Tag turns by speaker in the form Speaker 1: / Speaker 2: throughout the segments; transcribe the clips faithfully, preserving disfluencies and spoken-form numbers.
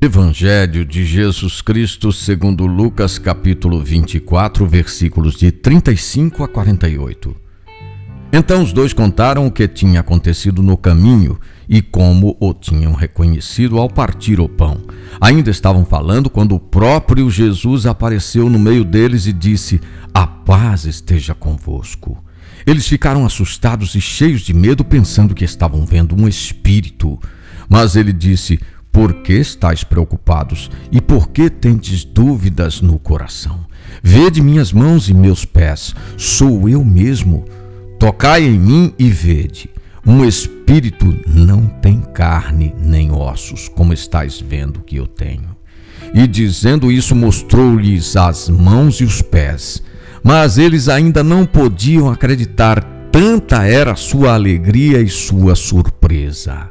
Speaker 1: Evangelho de Jesus Cristo segundo Lucas, capítulo vinte e quatro, versículos de trinta e cinco a quarenta e oito. Então os dois contaram o que tinha acontecido no caminho e como o tinham reconhecido ao partir o pão. Ainda estavam falando quando o próprio Jesus apareceu no meio deles e disse: "A paz esteja convosco." Eles ficaram assustados e cheios de medo, pensando que estavam vendo um espírito. Mas ele disse: "Por que estáis preocupados? E por que tendes dúvidas no coração? Vede minhas mãos e meus pés, sou eu mesmo. Tocai em mim e vede. Um espírito não tem carne nem ossos, como estáis vendo que eu tenho." E dizendo isso, mostrou-lhes as mãos e os pés. Mas eles ainda não podiam acreditar, tanta era sua alegria e sua surpresa.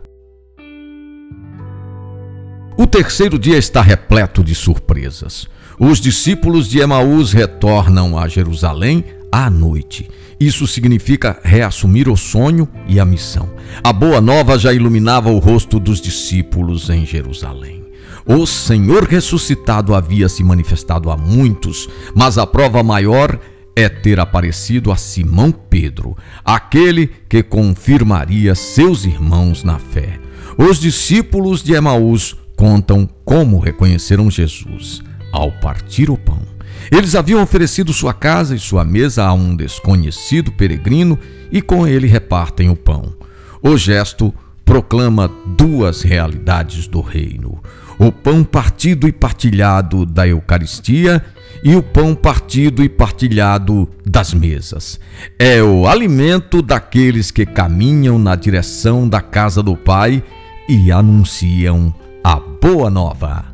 Speaker 1: O terceiro dia está repleto de surpresas. Os discípulos de Emaús retornam a Jerusalém à noite. Isso significa reassumir o sonho e a missão. A boa nova já iluminava o rosto dos discípulos em Jerusalém. O Senhor ressuscitado havia se manifestado a muitos, mas a prova maior é ter aparecido a Simão Pedro, aquele que confirmaria seus irmãos na fé. Os discípulos de Emaús contam como reconheceram Jesus ao partir o pão. Eles haviam oferecido sua casa e sua mesa a um desconhecido peregrino e com ele repartem o pão. O gesto proclama duas realidades do reino: o pão partido e partilhado da Eucaristia e o pão partido e partilhado das mesas. É o alimento daqueles que caminham na direção da casa do Pai e anunciam a boa nova.